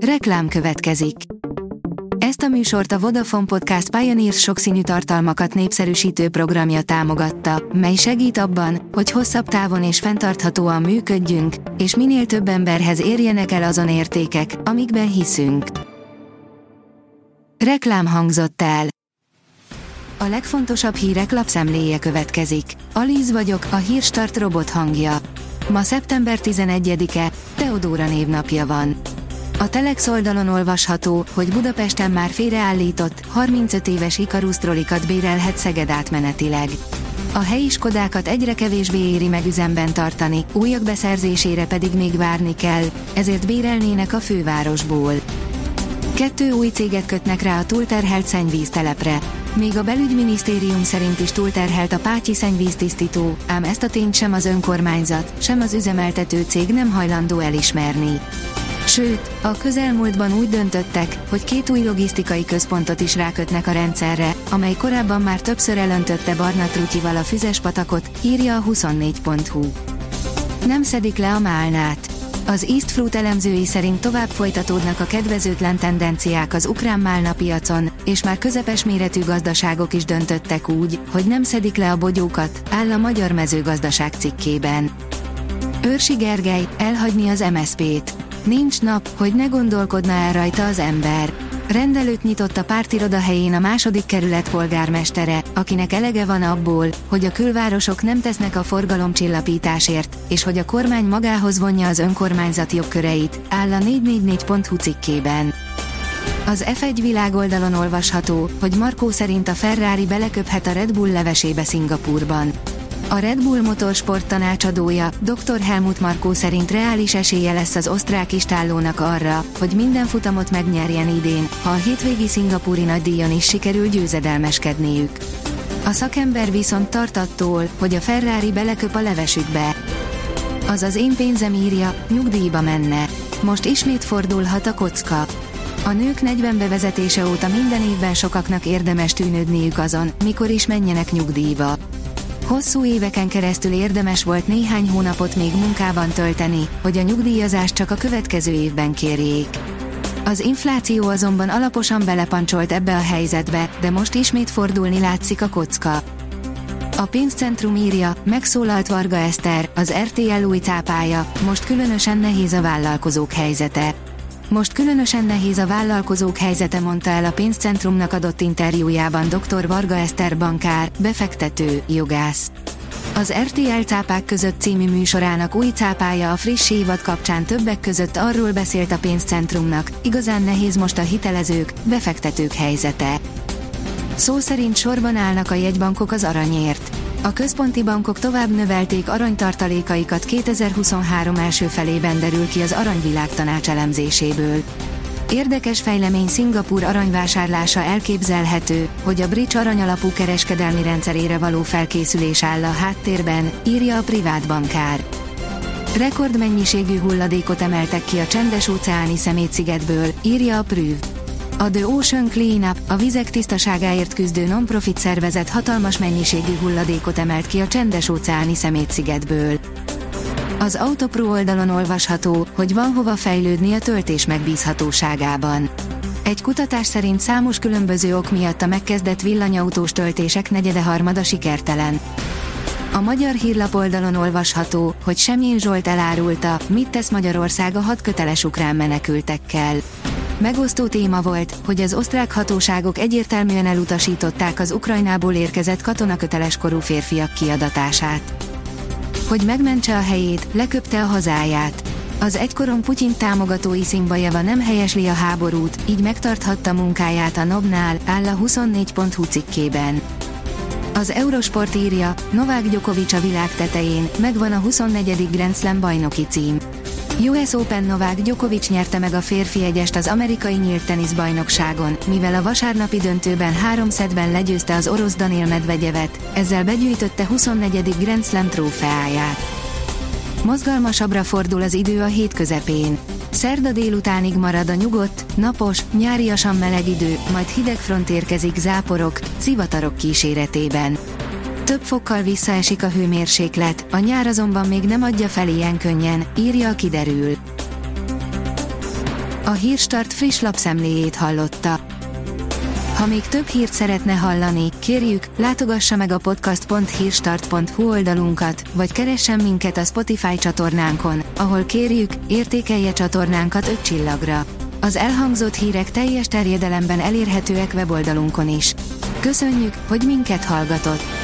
Reklám következik. Ezt a műsort a Vodafone Podcast Pioneers sokszínű tartalmakat népszerűsítő programja támogatta, mely segít abban, hogy hosszabb távon és fenntarthatóan működjünk, és minél több emberhez érjenek el azon értékek, amikben hiszünk. Reklám hangzott el. A legfontosabb hírek lapszemléje következik. Alíz vagyok, a Hírstart robot hangja. Ma szeptember 11-e, Teodóra névnapja van. A Telex oldalon olvasható, hogy Budapesten már félreállított, 35 éves Ikarus trolikat bérelhet Szeged átmenetileg. A helyi Skodákat egyre kevésbé éri meg üzemben tartani, újak beszerzésére pedig még várni kell, ezért bérelnének a fővárosból. 2 új céget kötnek rá a túlterhelt szennyvíztelepre. Még a belügyminisztérium szerint is túlterhelt a Pátyi szennyvíztisztító, ám ezt a tényt sem az önkormányzat, sem az üzemeltető cég nem hajlandó elismerni. Sőt, a közelmúltban úgy döntöttek, hogy 2 új logisztikai központot is rákötnek a rendszerre, amely korábban már többször elöntötte barna trutyival a Füzespatakot, írja a 24.hu. Nem szedik le a málnát. Az East Fruit elemzői szerint tovább folytatódnak a kedvezőtlen tendenciák az ukrán málna piacon, és már közepes méretű gazdaságok is döntöttek úgy, hogy nem szedik le a bogyókat, áll a Magyar Mezőgazdaság cikkében. Őrsi Gergely, elhagyni az MSZP-t. Nincs nap, hogy ne gondolkodna el rajta az ember. Rendelőt nyitott a pártiroda helyén a 2. kerület polgármestere, akinek elege van abból, hogy a külvárosok nem tesznek a forgalomcsillapításért, és hogy a kormány magához vonja az önkormányzat jogköreit, áll a 444.hu cikkében. Az F1 világoldalon olvasható, hogy Markó szerint a Ferrari beleköphet a Red Bull levesébe Szingapúrban. A Red Bull motorsport tanácsadója, Dr. Helmut Markó szerint reális esélye lesz az osztrák istállónak arra, hogy minden futamot megnyerjen idén, ha a hétvégi szingapúri nagydíjon is sikerül győzedelmeskedniük. A szakember viszont tart attól, hogy a Ferrari beleköp a levesükbe. Az az én pénzem írja, nyugdíjba menne. Most ismét fordulhat a kocka. A nők 40 bevezetése óta minden évben sokaknak érdemes tűnődniük azon, mikor is menjenek nyugdíjba. Hosszú éveken keresztül érdemes volt néhány hónapot még munkában tölteni, hogy a nyugdíjazást csak a következő évben kérjék. Az infláció azonban alaposan belepancsolt ebbe a helyzetbe, de most ismét fordulni látszik a kocka. A pénzcentrum írja, megszólalt Varga Eszter, az RTL új cápája, most különösen nehéz a vállalkozók helyzete. Most különösen nehéz a vállalkozók helyzete, mondta el a pénzcentrumnak adott interjújában dr. Varga Eszter bankár, befektető, jogász. Az RTL Cápák között című műsorának új cápája a friss évad kapcsán többek között arról beszélt a pénzcentrumnak, igazán nehéz most a hitelezők, befektetők helyzete. Szó szerint sorban állnak a jegybankok az aranyért. A központi bankok tovább növelték aranytartalékaikat 2023 első felében, derül ki az Aranyvilágtanács elemzéséből. Érdekes fejlemény Szingapúr aranyvásárlása, elképzelhető, hogy a bridge aranyalapú kereskedelmi rendszerére való felkészülés áll a háttérben, írja a privát bankár. Rekordmennyiségű hulladékot emeltek ki a Csendes-óceáni Szemétszigetből, írja a Prüv. A The Ocean Cleanup, a vizek tisztaságáért küzdő non-profit szervezet hatalmas mennyiségű hulladékot emelt ki a Csendes-óceáni Szemétszigetből. Az Autopro oldalon olvasható, hogy van hova fejlődni a töltés megbízhatóságában. Egy kutatás szerint számos különböző ok miatt a megkezdett villanyautós töltések negyede-harmada sikertelen. A Magyar Hírlap oldalon olvasható, hogy Semjén Zsolt elárulta, mit tesz Magyarország a 6 köteles ukrán menekültekkel. Megosztó téma volt, hogy az osztrák hatóságok egyértelműen elutasították az Ukrajnából érkezett katonaköteles korú férfiak kiadatását. Hogy megmentse a helyét, leköpte a hazáját. Az egykoron Putyin támogató Iszimbaeva nem helyesli a háborút, így megtarthatta munkáját a NOB-nál, áll a 24.hu cikkében. Az Eurosport írja, Novák Djokovic a világ tetején, megvan a 24. Grand Slam bajnoki cím. US Open Novák Djokovic nyerte meg a férfi egyest az amerikai nyílt teniszbajnokságon, mivel a vasárnapi döntőben 3 szettben legyőzte az orosz Daniil Medvegyevet, ezzel begyűjtötte 24. Grand Slam trófeáját. Mozgalmasabbra fordul az idő a hét közepén. Szerda délutánig marad a nyugodt, napos, nyáriasan meleg idő, majd hideg front érkezik záporok, zivatarok kíséretében. Több fokkal visszaesik a hőmérséklet, a nyár azonban még nem adja fel ilyen könnyen, írja a Kiderül. A A Hírstart friss lapszemléjét hallotta. Ha még több hírt szeretne hallani, kérjük, látogassa meg a podcast.hírstart.hu oldalunkat, vagy keressen minket a Spotify csatornánkon, ahol kérjük, értékelje csatornánkat 5 csillagra. Az elhangzott hírek teljes terjedelemben elérhetőek weboldalunkon is. Köszönjük, hogy minket hallgatott!